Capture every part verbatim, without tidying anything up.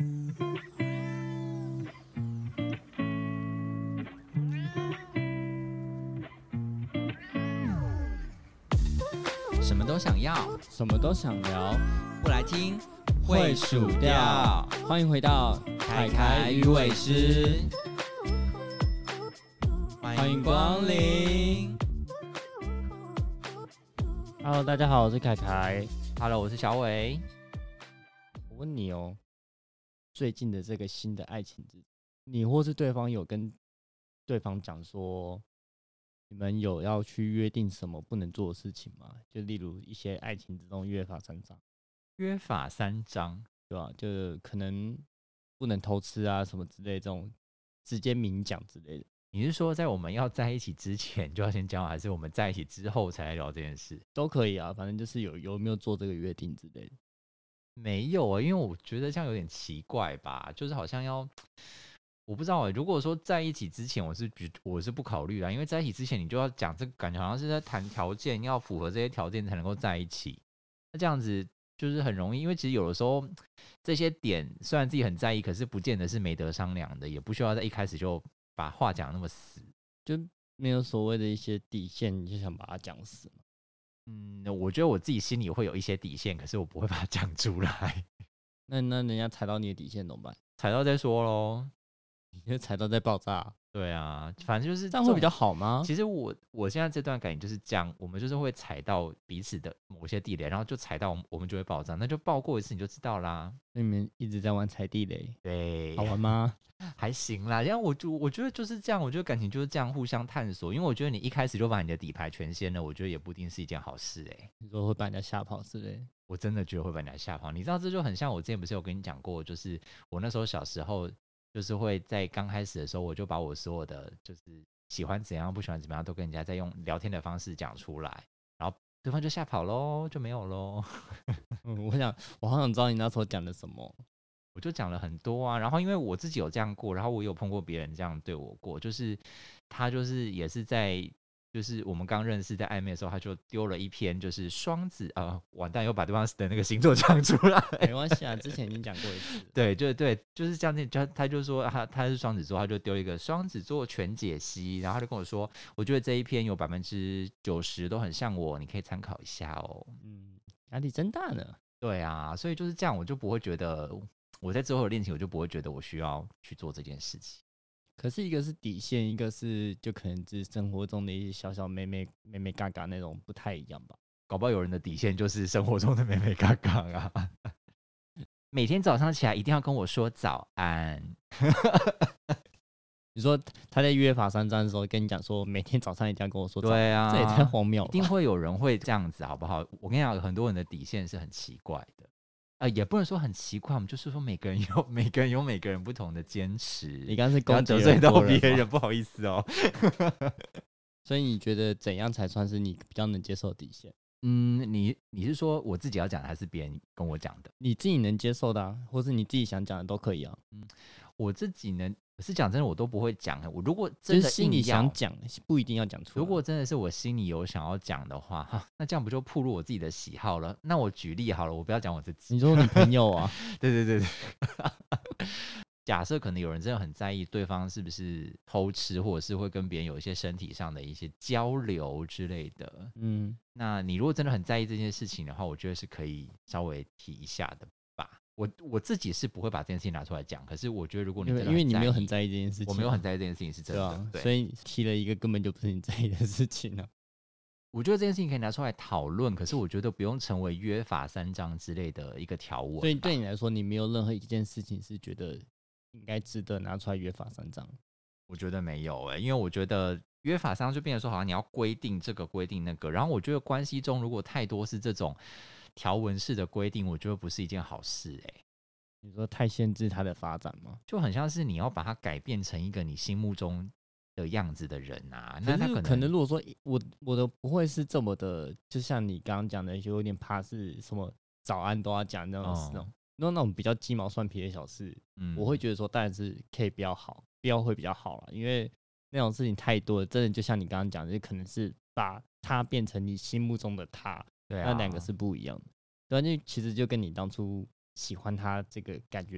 什么都想要， 什么都想聊， 不来听会数掉。欢迎回到凯凯鱼尾狮，欢迎光临。 Hello， 大家好，我是凯凯。 Hello， 我是小伟。 我问你哦，最近的这个新的爱情之，你或是对方有跟对方讲说，你们有要去约定什么不能做的事情吗？就例如一些爱情之中约法三章。 约法三章， 对吧？就可能不能偷吃啊，什么之类，这种直接明讲之类的。 你是说在我们要在一起之前就要先讲，还是我们在一起之后才来聊这件事？ 都可以啊，反正就是有有没有做这个约定之类的。 没有啊，因为我觉得这样有点奇怪吧，就是好像要，我不知道哎、欸。如果说在一起之前，我是我是不考虑啦，因为在一起之前你就要讲这个，感觉好像是在谈条件，要符合这些条件才能够在一起。那这样子就是很容易，因为其实有的时候这些点虽然自己很在意，可是不见得是没得商量的，也不需要在一开始就把话讲那么死， 就没有所谓的一些底线，你就想把它讲死嘛。 嗯，我觉得我自己心里会有一些底线，可是我不会把它讲出来。 那那人家踩到你的底线怎么办？ 踩到再说咯。 你就踩到再爆炸、啊。 对啊，反正就是这样会比较好吗？ 其实我我现在这段感情就是这样，我们就是会踩到彼此的某些地雷，然后就踩到我们，我们就会爆炸，那就爆过一次你就知道啦。 那你们一直在玩踩地雷， 对， 好玩吗？ 还行啦，因为我就我觉得就是这样，我觉得感情就是这样互相探索。因为我觉得你一开始就把你的底牌全掀了，我觉得也不一定是一件好事哎、欸。 你说会把人家吓跑之类的， 我真的觉得会把人家吓跑。你知道这就很像我之前不是有跟你讲过，就是我那时候小时候就是会在刚开始的时候，我就把我所有的就是喜欢怎样不喜欢怎么样都跟人家在用聊天的方式讲出来，然后对方就吓跑咯，就没有咯。 嗯，我想我好想知道你那时候讲的什么。 我就讲了很多啊，然后因为我自己有这样过，然后我有碰过别人这样对我过，就是他就是也是在就是我们刚认识在暧昧的时候，他就丢了一篇就是双子啊、呃，完蛋又把对方的那个星座讲出来， 没关系啊，之前已经讲过一次。 对，对对，就是这样子，他他就说他他是双子座，他就丢一个双子座全解析，然后他就跟我说，我觉得这一篇有百分之九十都很像我，你可以参考一下哦。 嗯，压力真大呢。 对啊，所以就是这样，我就不会觉得。我在之后的恋情，我就不会觉得我需要去做这件事情。 可是一个是底线，一个是就可能是生活中的一些小小妹妹妹妹嘎嘎那种不太一样吧。 搞不好有人的底线就是生活中的妹妹嘎嘎啊。每天早上起来一定要跟我说早安。 你说他在约法三章的时候跟你讲说，每天早上一定要跟我说早安， 对啊， 这也太荒谬了吧。 一定会有人会这样子，好不好？我跟你讲，很多人的底线是很奇怪的。呃，也不能说很奇怪，我们就是说每个人有每个人有每个人不同的坚持。 你刚刚是攻击得罪到别人， 人，不好意思哦。 所以你觉得怎样才算是你比较能接受的底线？ 嗯，你你是说我自己要讲的，还是别人跟我讲的？ 你自己能接受的啊，或是你自己想讲的都可以啊。 嗯，我自己能，可是讲真的，我都不会讲。我如果真的就是心里想讲，不一定要讲出来。 如果真的是我心里有想要讲的话，哈，那这样不就暴露我自己的喜好了？那我举例好了，我不要讲我自己。 你说你朋友啊？ 对对对对。假设可能有人真的很在意对方是不是偷吃，或者是会跟别人有一些身体上的一些交流之类的，嗯，那你如果真的很在意这件事情的话，我觉得是可以稍微提一下的吧。我我自己是不会把这件事情拿出来讲，可是我觉得如果你真的很在意， 因为因为你没有很在意这件事情、啊， 我没有很在意这件事情是真的， 对,、啊、 对，所以提了一个根本就不是你在意的事情啊。 我觉得这件事情可以拿出来讨论，可是我觉得不用成为约法三章之类的一个条文。 所以对你来说，你没有任何一件事情是觉得应该值得拿出来约法三章？ 我觉得没有欸，因为我觉得约法三章就变成说好像你要规定这个规定那个，然后我觉得关系中如果太多是这种条文式的规定，我觉得不是一件好事欸。 你说太限制它的发展吗？ 就很像是你要把它改变成一个你心目中的样子的人啊，那他可能可能如果说我我的不会是这么的，就像你刚刚讲的，有点怕是什么早安都要讲那种事、哦，那那种比较鸡毛蒜皮的小事，嗯，我会觉得说当然是可以不要好，不要会比较好啦，因为那种事情太多了，真的就像你刚刚讲的，就可能是把它变成你心目中的他，对啊，那两个是不一样的。对啊，那其实就跟你当初喜欢他这个感觉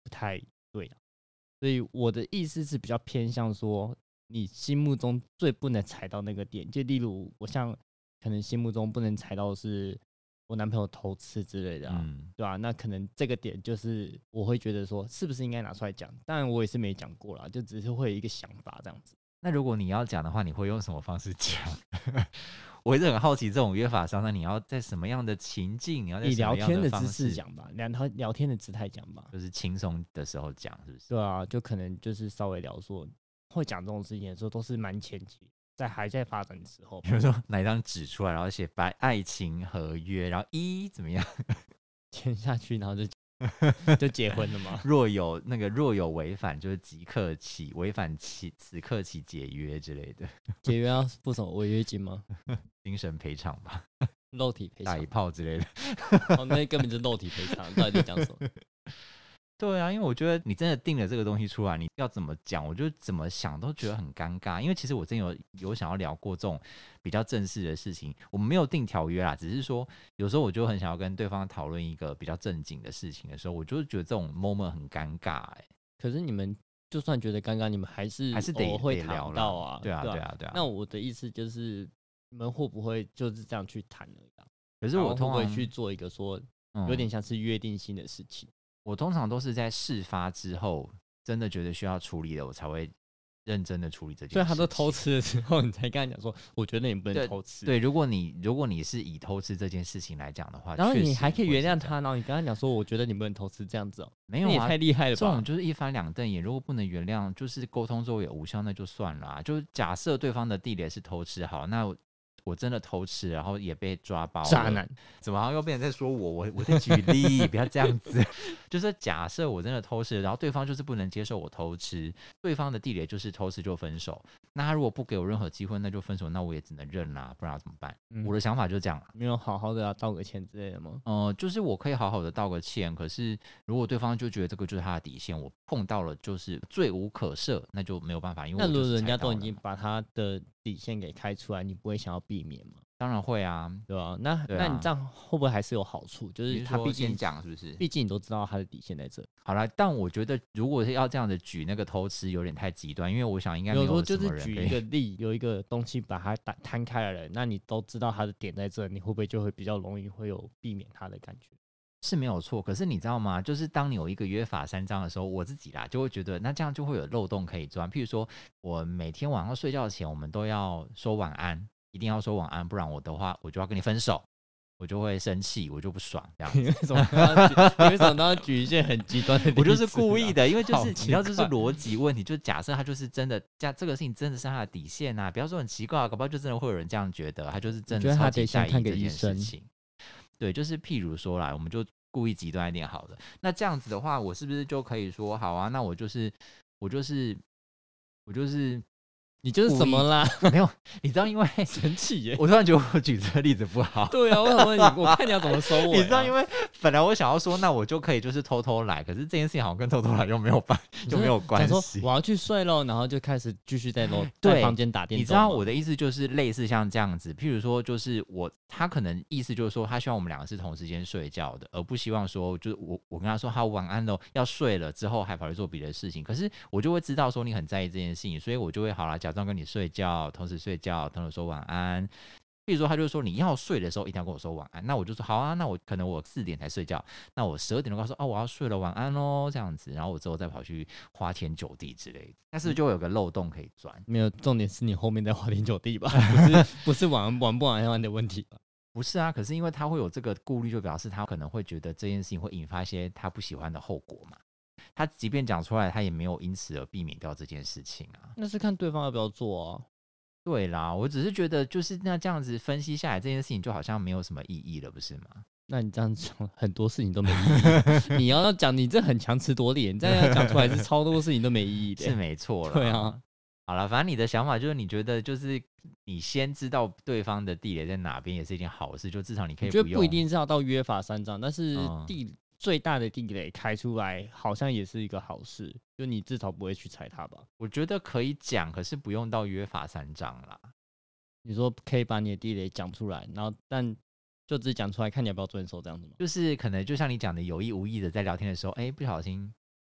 不太对啊。所以我的意思是比较偏向说，你心目中最不能踩到那个点，就例如我像可能心目中不能踩到是我男朋友偷吃之类的啊，嗯、对吧、啊？那可能这个点就是我会觉得说，是不是应该拿出来讲？当然我也是没讲过啦，就只是会有一个想法这样子。 那如果你要讲的话，你会用什么方式讲？我一直很好奇，这种约法三章，你要在什么样的情境，你要在什么样的方式以聊天的姿势讲吧，聊聊天的姿态讲吧， 就是轻松的时候讲，是不是？ 对啊，就可能就是稍微聊说，会讲这种事情的时候，都是蛮前期，在还在发展的时候。 比如说拿一张纸出来，然后写“白爱情合约”，然后一怎么样签下去，然后就就结婚了吗？ 若有那个若有违反，就是即刻起违反起此刻起解约之类的。 解约要付什么违约金吗？ 精神赔偿吧， 肉体赔偿， 打一炮之类的。 哦，那根本就是肉体赔偿，到底在讲什么？ 对啊，因为我觉得你真的定了这个东西出来，你要怎么讲，我就怎么想都觉得很尴尬。因为其实我真有有想要聊过这种比较正式的事情，我们没有定条约啦，只是说有时候我就很想要跟对方讨论一个比较正经的事情的时候，我就觉得这种 moment 很尴尬哎、欸。 可是你们就算觉得尴尬，你们还是还是得会聊到啊， 对啊， 对啊， 对啊，对啊。 那我的意思就是，你们会不会就是这样去谈而已啊？ 可是我通常会不会去做一个说有点像是约定性的事情？嗯我通常都是在事发之后，真的觉得需要处理的，我才会认真的处理这件事情。 所以他都偷吃的时候，你才跟他讲说，我觉得你不能偷吃。 对，对如果你如果你是以偷吃这件事情来讲的话， 然后你还可以原谅他，然后你跟他讲说，我觉得你不能偷吃这样子哦、喔， 没有啊， 也太厉害了吧？ 这种就是一翻两瞪眼，如果不能原谅，就是沟通之后也无效，那就算了啊。就假设对方的地雷是偷吃，好，那我真的偷吃，然后也被抓包了， 渣男， 怎么好像又变成在说我？我我在举例，不要这样子。就是假设我真的偷吃，然后对方就是不能接受我偷吃，对方的地雷就是偷吃就分手。那他如果不给我任何机会，那就分手，那我也只能认啦，不然要怎么办？嗯、我的想法就是这样啦。 没有好好的要道个歉之类的吗？ 呃，就是我可以好好的道个歉，可是如果对方就觉得这个就是他的底线，我碰到了就是罪无可赦，那就没有办法。因为我那如果人家都已经把他的底线给开出来，你不会想要避免吗？ 当然会啊， 对吧、啊？那、啊、那你这样会不会还是有好处？就是他毕竟讲是不是？ 毕竟你都知道他的底线在这。 好了，但我觉得如果是要这样子举那个偷吃，有点太极端，因为我想应该没有什么人可以。 有时候就是举一个例，有一个东西把它摊开来了，那你都知道他的点在这，你会不会就会比较容易会有避免他的感觉？ 是没有错，可是你知道吗？就是当你有一个约法三章的时候，我自己啦就会觉得，那这样就会有漏洞可以钻。譬如说，我每天晚上睡觉前，我们都要说晚安。一定要说晚安，不然我的话我就要跟你分手，我就会生气，我就不爽这样子。 你为什么要举？你为什么都要举一些很极端的例子、啊？ 我就是故意的，因为就是你知道这是逻辑问题，就假设他就是真的，这这个事情真的是他的底线啊，不要说很奇怪、啊，搞不好就真的会有人这样觉得，他就是真的超级在意这件事情。对，就是譬如说啦，我们就故意极端一点好了。那这样子的话，我是不是就可以说好啊？那我就是我就是我就是。 你就是什么啦？ 没有，你知道，因为生气耶！ 我突然觉得我举这个例子不好。 对啊，我想问你，我看你要怎么收我、啊。 你知道，因为本来我想要说，那我就可以就是偷偷来，可是这件事情好像跟偷偷来又没有关，就没有关系。 我要去睡咯，然后就开始继续在楼在房间打电动。 你知道我的意思就是类似像这样子，譬如说，就是我他可能意思就是说，他希望我们两个是同时间睡觉的，而不希望说，就是我我跟他说好晚安喽，要睡了之后还跑去做别的事情。可是我就会知道说你很在意这件事情，所以我就会好啦，假装跟你睡觉。同时睡觉，同时说晚安。比如说，他就说你要睡的时候一定要跟我说晚安，那我就说好啊，那我可能我四点才睡觉，那我十二点就告诉说哦我要睡了，晚安咯，这样子，然后我之后再跑去花天酒地之类的，但是就会有个漏洞可以钻。 没有，重点是你后面在花天酒地吧？不是不是晚安晚不晚安的问题吧？ 不是啊，可是因为他会有这个顾虑，就表示他可能会觉得这件事情会引发一些他不喜欢的后果嘛。他即便讲出来，他也没有因此而避免掉这件事情啊。 那是看对方要不要做啊。 对啦，我只是觉得就是那这样子分析下来，这件事情就好像没有什么意义了，不是吗？ 那你这样讲，很多事情都没意义。你要讲，你这很强词夺理，你这样讲出来是超多事情都没意义的， 是没错了。 对啊， 好了，反正你的想法就是你觉得就是你先知道对方的地雷在哪边，也是一件好事，就至少你可以不用。 我觉得不一定是要到约法三章，但是地。嗯最大的地雷开出来，好像也是一个好事，就你至少不会去踩它吧？ 我觉得可以讲，可是不用到约法三章啦。 你说可以把你的地雷讲出来，然后但就只讲出来，看你要不要遵守这样子吗？ 就是可能就像你讲的，有意无意的在聊天的时候，哎、欸，不小心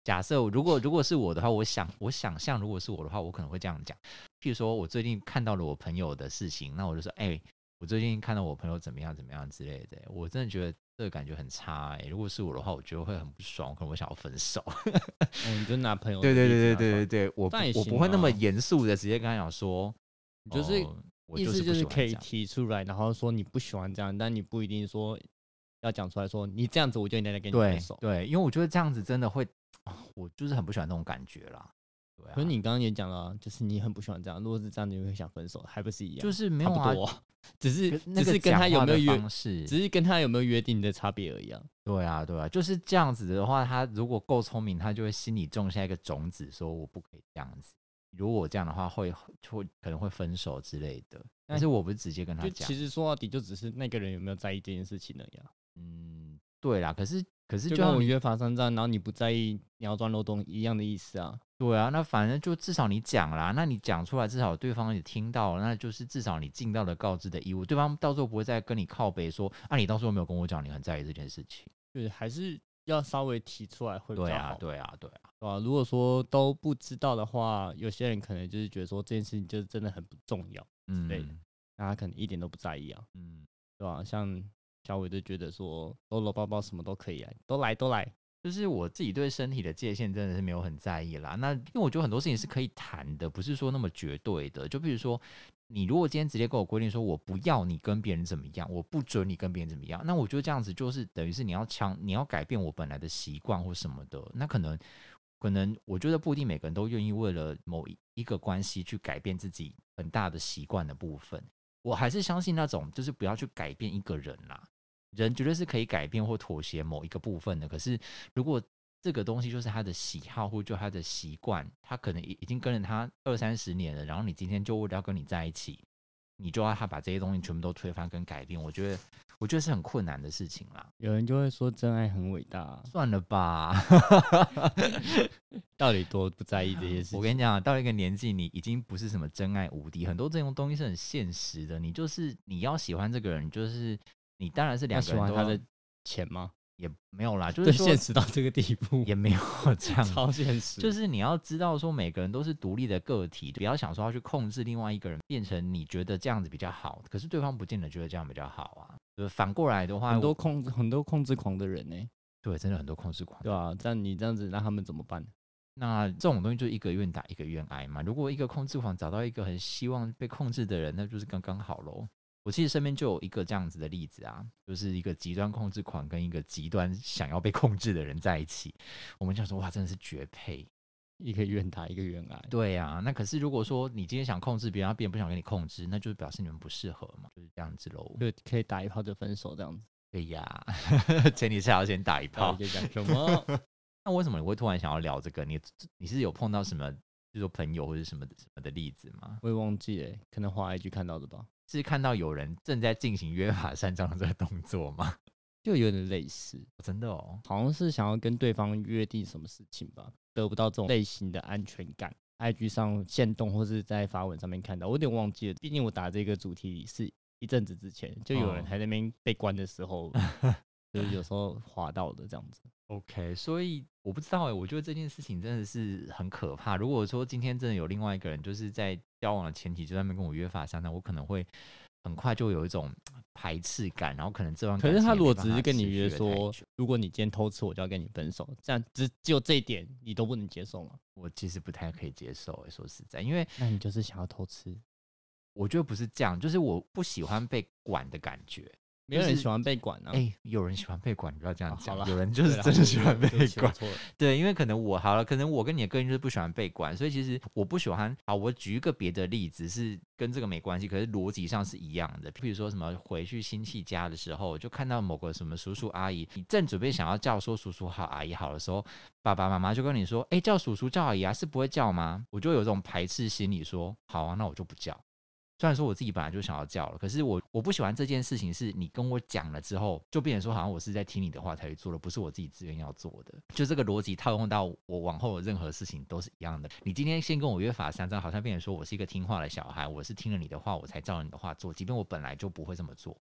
假设如果如果是我的话，我想我想象如果是我的话，我可能会这样讲。譬如说我最近看到了我朋友的事情，那我就说，哎、欸，我最近看到我朋友怎么样怎么样之类的，我真的觉得这个感觉很差。哎、欸，如果是我的话，我觉得会很不爽，可能我想要分手。 哦，你就拿朋友的对对对对例子拿出来对对对，我不、 但也行啊我不会那么严肃的直接跟他讲说， 你就是、 呃、我就是意思就是可以不喜欢这样。 提出来，然后说你不喜欢这样，但你不一定说要讲出来说你这样子我就应该来跟你分手。 对对，因为我觉得这样子真的会，我就是很不喜欢那种感觉啦。对啊， 可是你刚刚也讲了啊，就是你很不喜欢这样，如果是这样，你会想分手，还不是一样？ 就是没有啊， 差不多啊，只是那个只是跟他有没有约， 方式， 只是跟他有没有约定的差别而已啊。 对啊，对啊，就是这样子的话，他如果够聪明，他就会心里种下一个种子，说我不可以这样子。如果我这样的话会，会可能会分手之类的。但是我不是直接跟他讲， 其实说到底就只是那个人有没有在意这件事情而已啊。 嗯，对啦，可是可是就跟我约法三章，然后你不在意，你要钻漏洞一样的意思啊。 对啊，那反正就至少你讲啦，那你讲出来，至少对方也听到了，那就是至少你尽到了告知的义务，对方到时候不会再跟你靠北说啊，你到时候没有跟我讲，你很在意这件事情。 对，还是要稍微提出来会比较好。 对啊，对啊，对啊， 对啊。如果说都不知道的话，有些人可能就是觉得说这件事情就是真的很不重要之类的，嗯、那他可能一点都不在意啊。嗯，对吧、啊？像小伟就觉得说搂搂抱抱什么都可以来，都来都来。 就是我自己对身体的界限真的是没有很在意啦。那因为我觉得很多事情是可以谈的，不是说那么绝对的。就比如说，你如果今天直接跟我规定说我不要你跟别人怎么样，我不准你跟别人怎么样，那我觉得这样子就是等于是你要强，你要改变我本来的习惯或什么的。那可能可能我觉得不一定每个人都愿意为了某一个关系去改变自己很大的习惯的部分。我还是相信那种就是不要去改变一个人啦。人绝对是可以改变或妥协某一个部分的，可是如果这个东西就是他的喜好或就他的习惯，他可能已经跟了他二三十年了，然后你今天就为了要跟你在一起，你就要他把这些东西全部都推翻跟改变，我觉得我觉得是很困难的事情啦。 有人就会说真爱很伟大、啊， 算了吧， 到底多不在意这些事情？ 我跟你讲，到一个年纪，你已经不是什么真爱无敌，很多这种东西是很现实的。你就是你要喜欢这个人，就是你当然是两个人都喜欢他的钱吗？ 也没有啦，就是说现实到这个地步， 也没有这样， 超现实。 就是你要知道说，每个人都是独立的个体，不要想说要去控制另外一个人，变成你觉得这样子比较好，可是对方不见得觉得这样比较好啊。就是反过来的话， 很多控很多控制狂的人呢、欸， 对，真的很多控制狂， 对啊，这样你这样子让他们怎么办？ 那这种东西就一个愿打一个愿挨嘛。如果一个控制狂找到一个很希望被控制的人，那就是刚刚好咯。我其实身边就有一个这样子的例子啊，就是一个极端控制狂跟一个极端想要被控制的人在一起，我们想说哇，真的是绝配， 一个愿打一个愿挨。 对啊，那可是如果说你今天想控制别人，别人不想跟你控制，那就表示你们不适合嘛，就是这样子咯。 对，可以打一炮就分手这样子。 对呀，前提是要先打一炮。 在讲什么？ 那为什么你会突然想要聊这个？你你是有碰到什么，就是说朋友或者什么什么的例子吗？ 我也忘记了，可能滑 I G 看到的吧。 是看到有人正在进行约法三章的这个动作吗？ 就有点类似， 哦、真的哦， 好像是想要跟对方约定什么事情吧，得不到这种类型的安全感。I G 上限动或是在发文上面看到，我有点忘记了，毕竟我打这个主题是一阵子之前，就有人还在那边被关的时候，哦、就是有时候滑到的这样子。 OK， 所以我不知道哎，我觉得这件事情真的是很可怕。如果说今天真的有另外一个人，就是在交往的前提就在那边跟我约法三章，我可能会很快就有一种排斥感，然后可能这段感情可是他如果只是跟你约说， 如果你今天偷吃，我就要跟你分手，这样只只有这一点你都不能接受吗？ 我其实不太可以接受哎，说实在，因为那你就是想要偷吃。 我觉得不是这样，就是我不喜欢被管的感觉。 没有人喜欢被管啊！ 哎、欸，有人喜欢被管，你不要这样讲、 哦。 有人就是真的喜欢被管。 对， 对，因为可能我好了，可能我跟你的个性就是不喜欢被管，所以其实我不喜欢。好，我举一个别的例子，是跟这个没关系，可是逻辑上是一样的。譬如说什么回去亲戚家的时候，就看到某个什么叔叔阿姨，你正准备想要叫说叔叔好、阿姨好的时候，爸爸妈妈就跟你说：“哎、欸，叫叔叔叫阿姨啊，是不会叫吗？”我就有这种排斥心理说，说好啊，那我就不叫。虽然说我自己本来就想要叫了，可是我我不喜欢这件事情，是你跟我讲了之后，就变成说好像我是在听你的话才去做的，不是我自己自愿要做的。就这个逻辑套用到我往后的任何事情都是一样的。你今天先跟我约法三章，好像变成说我是一个听话的小孩，我是听了你的话我才照你的话做，即便我本来就不会这么做。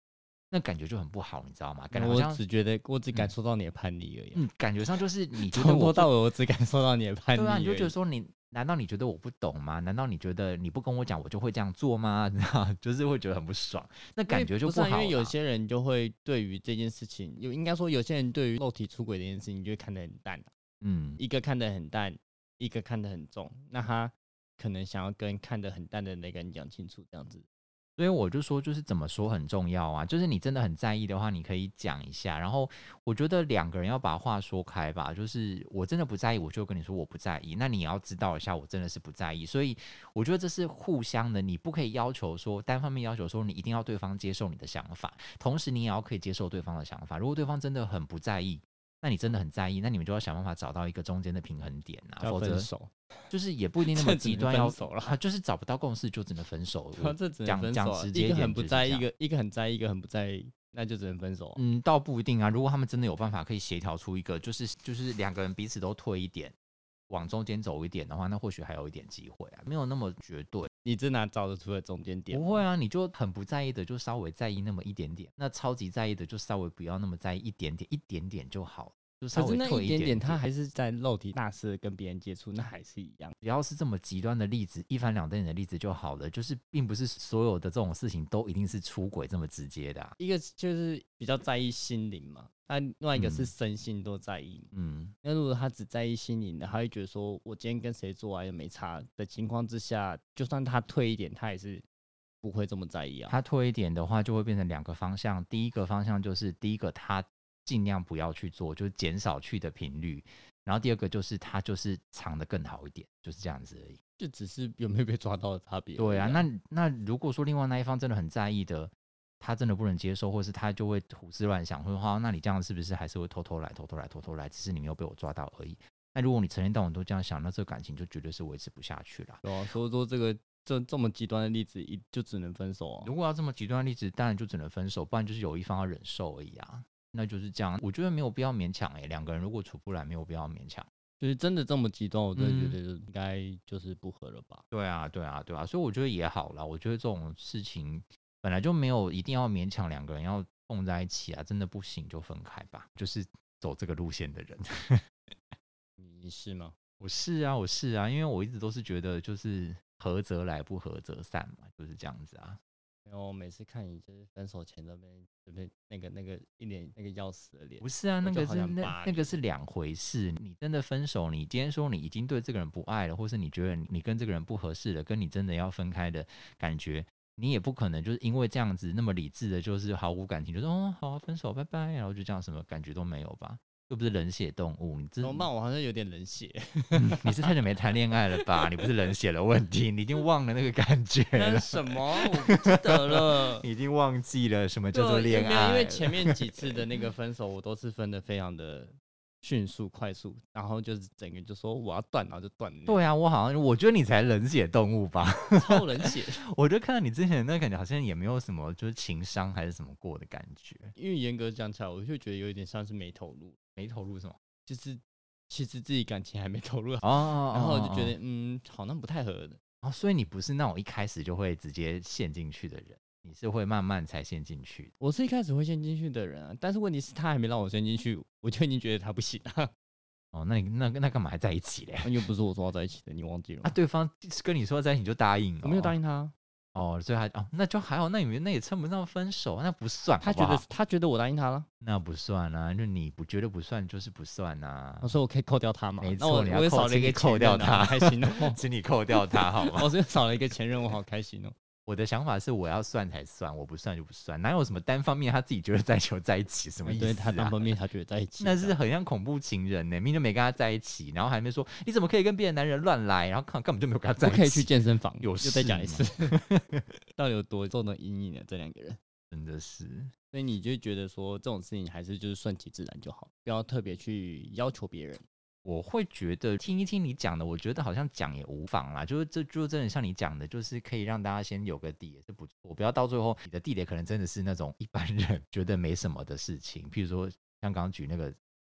那感觉就很不好，你知道吗？感觉好像我只觉得我只感受到你的叛逆而已、啊。 嗯，感觉上就是你觉得从我头到尾我只感受到你的叛逆。 对啊，你就觉得说你难道你觉得我不懂吗？难道你觉得你不跟我讲我就会这样做吗？你知道，就是会觉得很不爽，那感觉就不好啦。 因为有些人就会对于这件事情，有应该说有些人对于肉体出轨这件事情就会看得很淡、啊、嗯，一个看得很淡，一个看得很重，那他可能想要跟看得很淡的那个人讲清楚，这样子。 所以我就说，就是怎么说很重要啊。就是你真的很在意的话，你可以讲一下。然后我觉得两个人要把话说开吧。就是我真的不在意，我就跟你说我不在意。那你也要知道一下，我真的是不在意。所以我觉得这是互相的，你不可以要求说单方面要求说你一定要对方接受你的想法，同时你也要可以接受对方的想法。如果对方真的很不在意，那你真的很在意，那你们就要想办法找到一个中间的平衡点啊，否则就是也不一定那么极端要分手了、 啊，就是找不到共识就只能分手。 这只能分手、啊， 讲直接一点、就是， 一个很不在意，一个一个很在意，一个很不在意，那就只能分手、啊。 嗯，倒不一定啊。如果他们真的有办法可以协调出一个，就是就是两个人彼此都退一点，往中间走一点的话，那或许还有一点机会啊，没有那么绝对。 你这哪找得出来中间点？ 不会啊，你就很不在意的，就稍微在意那么一点点；那超级在意的，就稍微不要那么在意一点点，一点点就好。就稍微退一点点， 可是那一点点，他还是在肉体大肆的跟别人接触，那还是一样。 只要是这么极端的例子，一翻两瞪眼的例子就好了。就是并不是所有的这种事情都一定是出轨这么直接的、啊。 一个就是比较在意心灵嘛，那另外一个是身心都在意。嗯，那如果他只在意心灵的，他会觉得说我今天跟谁做爱也没差的情况之下，就算他退一点，他也是不会这么在意啊。 他退一点的话，就会变成两个方向。第一个方向就是第一个他尽量不要去做，就是减少去的频率。然后第二个就是他就是藏得更好一点，就是这样子而已。 就只是有没有被抓到的差别。 对啊，那那如果说另外那一方真的很在意的，他真的不能接受，或是他就会胡思乱想，或者说那你这样是不是还是会偷偷来、偷偷来、偷偷来，只是你没有被我抓到而已。那如果你成天到晚都这样想，那这个感情就绝对是维持不下去了。 对啊，所以说这个这这么极端的例子，就只能分手啊。 如果要这么极端的例子，当然就只能分手，不然就是有一方要忍受而已啊。那就是这样，我觉得没有必要勉强哎、欸，两个人如果处不来，没有必要勉强。 就是真的这么极端，我真的觉得应该就是不合了吧、嗯？ 对啊，对啊，对啊，所以我觉得也好啦。我觉得这种事情本来就没有一定要勉强两个人要碰在一起啊，真的不行就分开吧。就是走这个路线的人， 你是吗？ 我是啊，我是啊，因为我一直都是觉得就是合则来，不合则散嘛，就是这样子啊。 然后每次看你就是分手前那边这边那个那个一脸那个要死的脸， 不是啊，那个是那那个是两回事。你真的分手，你今天说你已经对这个人不爱了，或是你觉得你跟这个人不合适了，跟你真的要分开的感觉，你也不可能就是因为这样子那么理智的，就是毫无感情，就说哦好、啊、分手拜拜，然后就这样什么感觉都没有吧？又不是冷血动物，你怎么办？我好像有点冷血、 嗯。你是太久没谈恋爱了吧？你不是冷血的问题，你已经忘了那个感觉了。 什么？我不记得了。 你已经忘记了什么叫做恋爱？ 因为前面几次的那个分手，我都是分得非常的迅速、快速，然后就是整个就说我要断，然后就断了。 对啊，我好像我觉得你才冷血动物吧？ 超冷血。 我就看到你之前的那感觉，好像也没有什么就是情伤还是什么过的感觉。 因为严格讲起来，我就觉得有一点像是没投入。 没投入什么？ 就是其实自己感情还没投入哦， 然后我就觉得嗯，好像不太合的。 哦，所以你不是那种一开始就会直接陷进去的人，你是会慢慢才陷进去的。 我是一开始会陷进去的人啊，但是问题是他还没让我陷进去，我就已经觉得他不行啊。 哦，那你那那干嘛还在一起嘞？ 又不是我说要在一起的，你忘记了吗？ 啊，对方跟你说要在一起你就答应了？ 我没有答应他。 哦，所以他哦，那就还好，那你们那也称不上分手，那不算好不好。 他觉得他觉得我答应他了， 那不算啊，就你不觉得不算就是不算啊。 我说我可以扣掉他嘛？ 没错，你要我少了一个扣掉他， 开心哦， 请你扣掉他好吗？ 我是少了一个前任，我好开心哦。 我的想法是我要算才算，我不算就不算，哪有什么单方面他自己觉得在一起就在一起，什么意思、啊？ 对他单方面他觉得在一起， 那是很像恐怖情人呢、欸，明明就没跟他在一起，然后还没说你怎么可以跟别的男人乱来，然后根本就没有跟他在一起。 我可以去健身房， 有又再讲一次，到底有多重的阴影呢？这两个人真的是， 所以你就觉得说这种事情还是就是顺其自然就好，不要特别去要求别人。 我会觉得听一听你讲的，我觉得好像讲也无妨啦，就是这就真的像你讲的，就是可以让大家先有个底也是不错，不要到最后你的地雷可能真的是那种一般人觉得没什么的事情，譬如说像刚刚举那个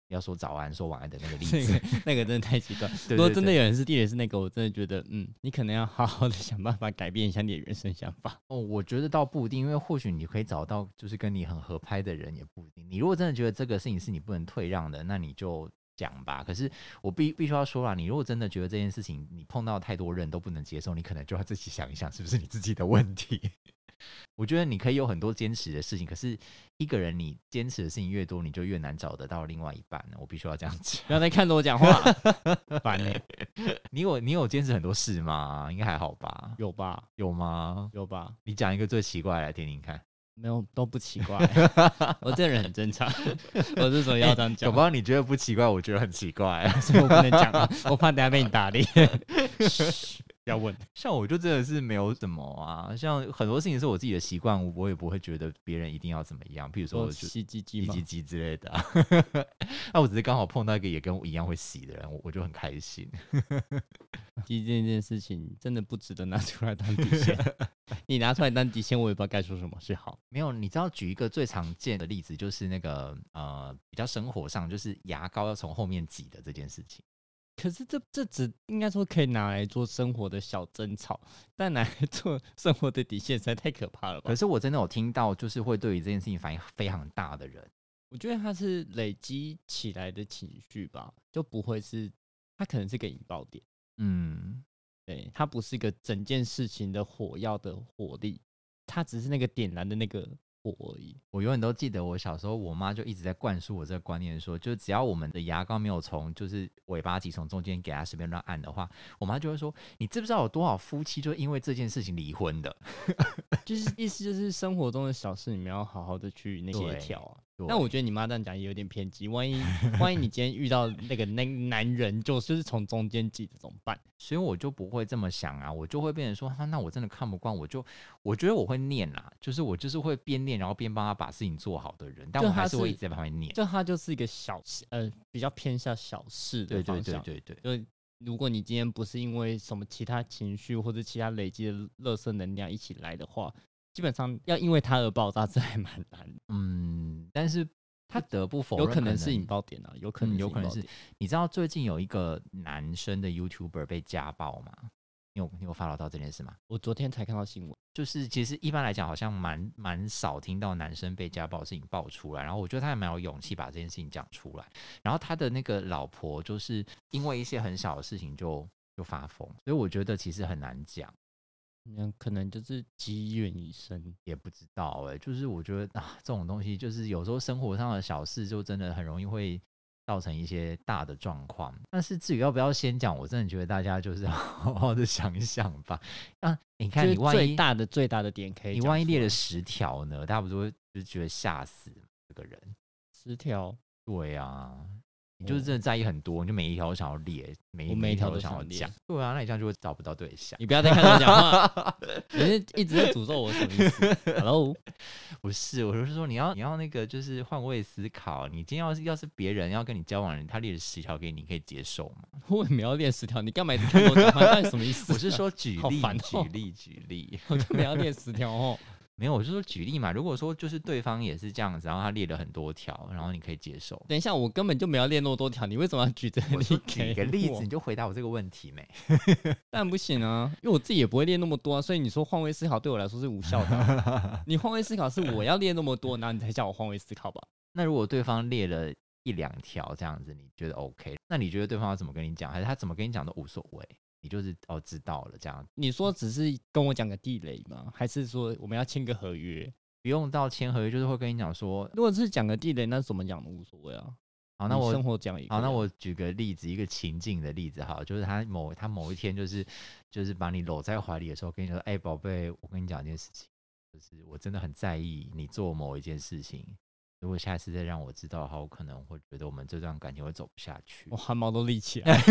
要说早安说晚安的那个例子， 那个真的太极端。 对对对， 如果真的有人是地雷是那个，我真的觉得，嗯，你可能要好好的想办法改变一下你的人生想法。 哦，我觉得倒不一定，因为或许你可以找到就是跟你很合拍的人，也不一定。你如果真的觉得这个事情是你不能退让的，那你就讲吧。可是我必必须要说啦，你如果真的觉得这件事情你碰到太多人都不能接受，你可能就要自己想一想，是不是你自己的问题。我觉得你可以有很多坚持的事情，可是一个人你坚持的事情越多，你就越难找得到另外一半。我必须要这样讲。 不要再看着我讲话，烦欸。 你有你有坚持很多事吗？应该还好吧？ 有吧？ 有吗？ 有吧？ 你讲一个最奇怪来听听看。 没有，都不奇怪。我这人很正常。我是说要这样讲， 搞不好你觉得不奇怪，我觉得很奇怪， 所以我不能讲啊，我怕等下被你打脸。不要问。 像我就真的是没有什么啊，像很多事情是我自己的习惯，我也不会觉得别人一定要怎么样。比如说我就洗鸡鸡洗鸡鸡之类的、啊，那我只是刚好碰到一个也跟我一样会洗的人，我我就很开心。 鸡这件事情真的不值得拿出来当底线。你拿出来当底线，我也不知道该说什么是好。 没有，你知道举一个最常见的例子，就是那个呃比较生活上，就是牙膏要从后面挤的这件事情。 可是这这只应该说可以拿来做生活的小争吵，但拿来做生活的底线实在太可怕了吧？ 可是我真的有听到，就是会对于这件事情反应非常大的人， 我觉得他是累积起来的情绪吧，就不会是他可能是个引爆点。 嗯， 对，它不是一个整件事情的火药的火力，它只是那个点燃的那个火而已。 我永远都记得我小时候，我妈就一直在灌输我这个观念说，就只要我们的牙膏没有从就是尾巴挤从中间给它随便乱按的话，我妈就会说，你知不知道有多少夫妻就因为这件事情离婚的？ 就是意思就是生活中的小事，你们要好好的去那协调啊。但我觉得你妈这样讲也有点偏激，万一万一你今天遇到那个那男人就是从中间挤的怎么办？ 所以我就不会这么想啊，我就会变成说，啊、那我真的看不惯，我就我觉得我会念啦，就是我就是会边念然后边帮他把事情做好的人，但我还是会一直在旁边念。 就他就是一个小呃比较偏向小事的方向。 对对对对对。 就如果你今天不是因为什么其他情绪或者其他累积的垃圾能量一起来的话，基本上要因为他而爆炸，这还蛮难的。 嗯，但是他得不否认， 有可能是引爆点啊，有可能、嗯、 有可能是。你知道最近有一个男生的 YouTuber 被家暴吗？你有你有 follow 到这件事吗？ 我昨天才看到新闻， 就是其实一般来讲好像蛮蛮少听到男生被家暴的事情爆出来，然后我觉得他还蛮有勇气把这件事情讲出来。然后他的那个老婆就是因为一些很小的事情就就发疯，所以我觉得其实很难讲。 嗯，可能就是积怨已深， 也不知道哎、欸。就是我觉得啊，这种东西就是有时候生活上的小事，就真的很容易会造成一些大的状况。但是至于要不要先讲，我真的觉得大家就是好好的想一想吧。啊，你看你万一最大的最大的点可以， 你万一列了十条呢？大家不是会就是觉得吓死这个人？ 十条， 对啊。你就是真的在意很多，你就每一条都想要列，每一我每一条都想要讲。对啊，那你这样就会找不到对象。 你不要再看我讲话，你是一直在诅咒我什么意思 ？Hello， 不是，我就是说你要你要那个就是换位思考。你今天要是要是别人要跟你交往的人，他列了十条给你，你可以接受吗？ 我也没有列十条，你干嘛一直看我讲话？到底什么意思、啊？ 我是说举例， 哦、 举例，举例。 我根本要列十条哦。 没有，我就说举例嘛。如果说就是对方也是这样子，然后他列了很多条，然后你可以接受。 等一下，我根本就没有列那么多条，你为什么要举这个例子？ 举个例子，你就回答我这个问题没？ 当然不行啊，因为我自己也不会列那么多啊，所以你说换位思考对我来说是无效的、啊。你换位思考是我要列那么多，然后你才叫我换位思考吧？ 那如果对方列了一两条这样子，你觉得 OK？ 那你觉得对方要怎么跟你讲，还是他怎么跟你讲都无所谓？你就是哦知道了这样。 你说只是跟我讲个地雷吗？还是说我们要签个合约？ 不用到签合约，就是会跟你讲说， 如果是讲个地雷，那怎么讲都无所谓啊。 好，那我生活讲一个、 好，那我举个例子，一个情境的例子，好，就是他某他某一天就是就是把你搂在怀里的时候，跟你说，哎、欸，宝贝，我跟你讲一件事情，就是我真的很在意你做某一件事情。如果下次再让我知道的话，我可能会觉得我们这段感情会走不下去。 我汗毛都立起来，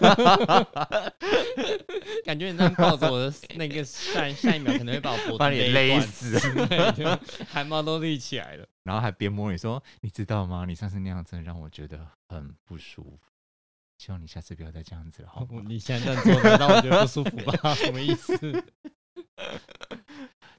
感觉你这样抱着我的那个下下一秒可能会把我脖子把你勒死， 汗毛都立起来了， 然后还边摸你说，你知道吗？你上次那样真的让我觉得很不舒服，希望你下次不要再这样子了，好吗？ 你现在这样做，难道我觉得不舒服吧？什么意思？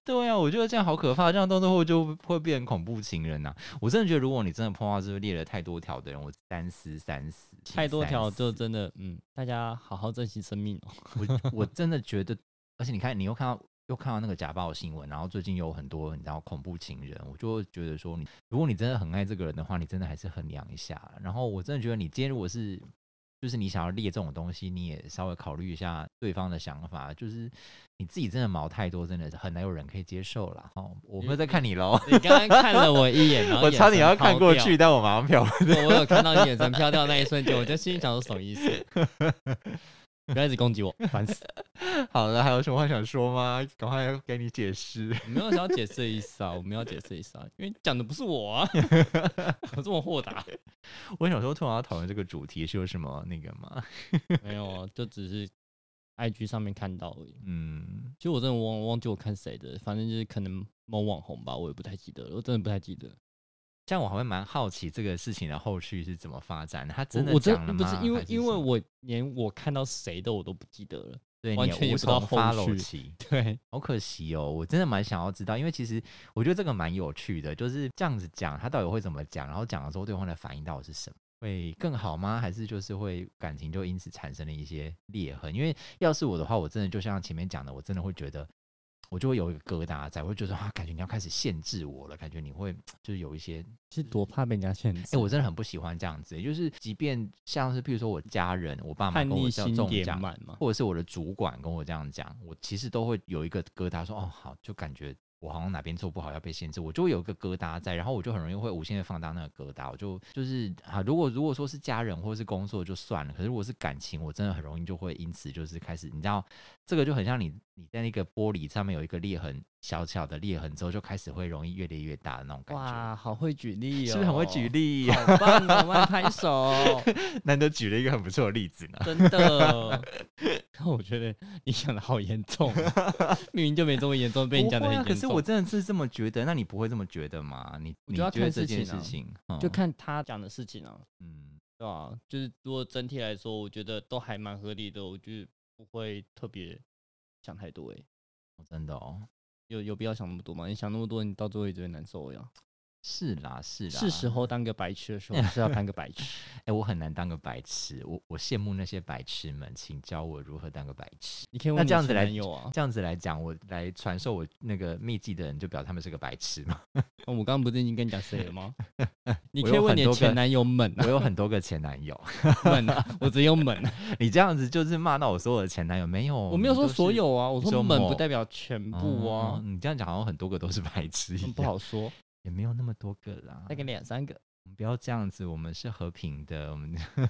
对啊，我觉得这样好可怕，这样到最后就会变成恐怖情人呐、啊。我真的觉得，如果你真的碰到就是列了太多条的人，我三思三思。 太多条就真的，嗯，大家好好珍惜生命哦。 我我真的觉得，而且你看，你又看到又看到那个家暴新闻，然后最近有很多你知道恐怖情人，我就会觉得说你，如果你真的很爱这个人的话，你真的还是衡量一下。然后我真的觉得，你今天如果是就是你想要列这种东西，你也稍微考虑一下对方的想法，就是你自己真的毛太多，真的很难有人可以接受啦。哦，我没有在看你喽， 你刚刚看了我一眼，然后我差点要看过去，但我马上飘了。 我有看到你眼神飘掉那一瞬间，我就心里想说什么意思？不要一直攻击我，烦死了。 好了，还有什么话想说吗？赶快给你解释。 我没有想要解释的意思啊，我没有解释的意思啊，因为讲的不是我啊，我这么豁达。 我想说，突然要讨论这个主题是有什么那个吗？ 没有，就只是 I G 上面看到而已。 嗯， 其实我真的忘忘记我看谁的，反正就是可能某网红吧，我也不太记得了，我真的不太记得。 这样我还会蛮好奇这个事情的后续是怎么发展的。他真的我讲了吗？ 不是因为是因为我连我看到谁的我都不记得了， 对， 完全也不知道后续。对， 好可惜哦，我真的蛮想要知道，因为其实我觉得这个蛮有趣的，就是这样子讲，他到底会怎么讲，然后讲了之后对方的反应到底是什么？会更好吗？还是就是会感情就因此产生了一些裂痕？因为要是我的话，我真的就像前面讲的，我真的会觉得。我就会有一个疙瘩在，我会觉得啊，感觉你要开始限制我了，感觉你会就是有一些， 是多怕被人家限制。 哎、欸，我真的很不喜欢这样子，就是即便像是譬如说我家人、我爸妈跟我这样讲，或者是我的主管跟我这样讲，我其实都会有一个疙瘩说，说哦好，就感觉我好像哪边做不好要被限制，我就会有一个疙瘩在，然后我就很容易会无限的放大那个疙瘩，我就就是啊，如果如果说是家人或者是工作就算了，可是如果是感情，我真的很容易就会因此就是开始，你知道。这个就很像你你在那个玻璃上面有一个裂痕，小小的裂痕之后，就开始会容易越裂越大的那种感觉。 哇，好会举例哦， 是不是很会举例？ 好棒哦，慢拍手。 难得举了一个很不错的例子呢。 真的，我觉得你讲的好严重，明明就没这么严重，被你讲的很严重、啊。 可是我真的是这么觉得，那你不会这么觉得吗？你你觉得这件事情、 啊嗯，就看他讲的事情啊。 嗯， 对啊，就是如果整体来说，我觉得都还蛮合理的，我觉得不会特别想太多哎、欸哦，真的哦， 有有必要想那么多吗？你想那么多，你到最后也只会难受呀。 是啦，是啦， 是时候当个白痴的时候，是要当个白痴。 哎、欸，我很难当个白痴，我我羡慕那些白痴们，请教我如何当个白痴。 你可以问那这样子来有啊， 这样子来讲，我来传授我那个秘籍的人，就表示他们是个白痴嘛。 哦、我刚刚不是已经跟你讲谁了吗？你可以问你的前男友们、啊， 我有很多个前男友们、啊，我只有们、啊。 你这样子就是骂到我所有的前男友，没有， 我没有说所有啊，我说们不代表全部啊。 哦、你这样讲好像很多个都是白痴一样， 不好说。 也没有那么多个啦， 大概两三个。 我们不要这样子，我们是和平的。我们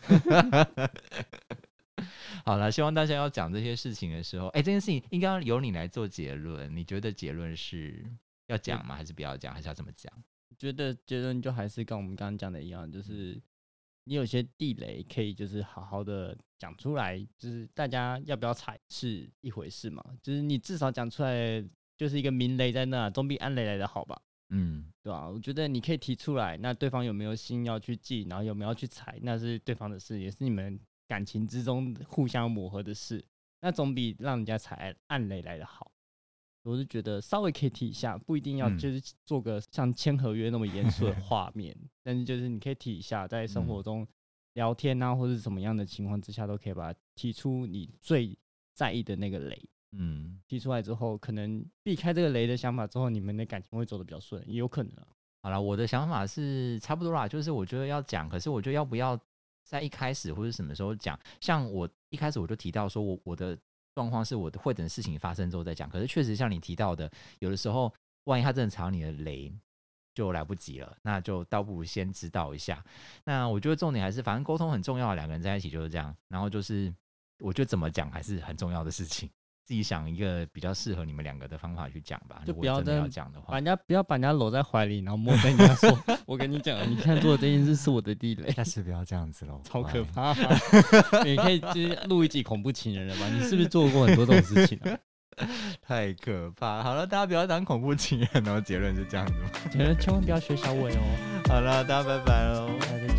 好了，希望大家要讲这些事情的时候，哎、欸，这件事情应该由你来做结论。你觉得结论是要讲吗？还是不要讲？还是要怎么讲？ 我觉得结论就还是跟我们刚刚讲的一样，就是你有些地雷可以就是好好的讲出来，就是大家要不要踩是一回事嘛，就是你至少讲出来就是一个明雷在那，总比暗雷来的好吧。 嗯， 对啊，我觉得你可以提出来，那对方有没有心要去记，然后有没有去踩，那是对方的事，也是你们感情之中互相磨合的事，那总比让人家踩暗雷来的好。我是觉得稍微可以提一下，不一定要就是做个像签合约那么严肃的画面，嗯、但是就是你可以提一下，在生活中聊天啊，或者什么样的情况之下，都可以把它提出你最在意的那个雷。嗯，提出来之后，可能避开这个雷的想法之后，你们的感情会走得比较顺，也有可能啊。 好啦，我的想法是差不多啦，就是我觉得要讲，可是我觉得要不要在一开始或者什么时候讲？像我一开始我就提到说我我的状况是我会等事情发生之后再讲，可是确实像你提到的，有的时候万一他真的踩到你的雷，就来不及了，那就倒不如先知道一下。那我觉得重点还是，反正沟通很重要，两个人在一起就是这样。然后就是我觉得怎么讲还是很重要的事情。自己想一个比较适合你们两个的方法去讲吧。 就不要真的要讲的话， 把人家不要把人家搂在怀里，然后摸着人家说：“我跟你讲，你看做的这件事是我的地雷。” 下次不要这样子喽， 超可怕、啊。你可以就是录一集恐怖情人了吧？你是不是做过很多这种事情啊？ 太可怕！好了，大家不要当恐怖情人哦。结论是这样子吗？ 结论千万不要学小伟哦。 好了，大家拜拜喽。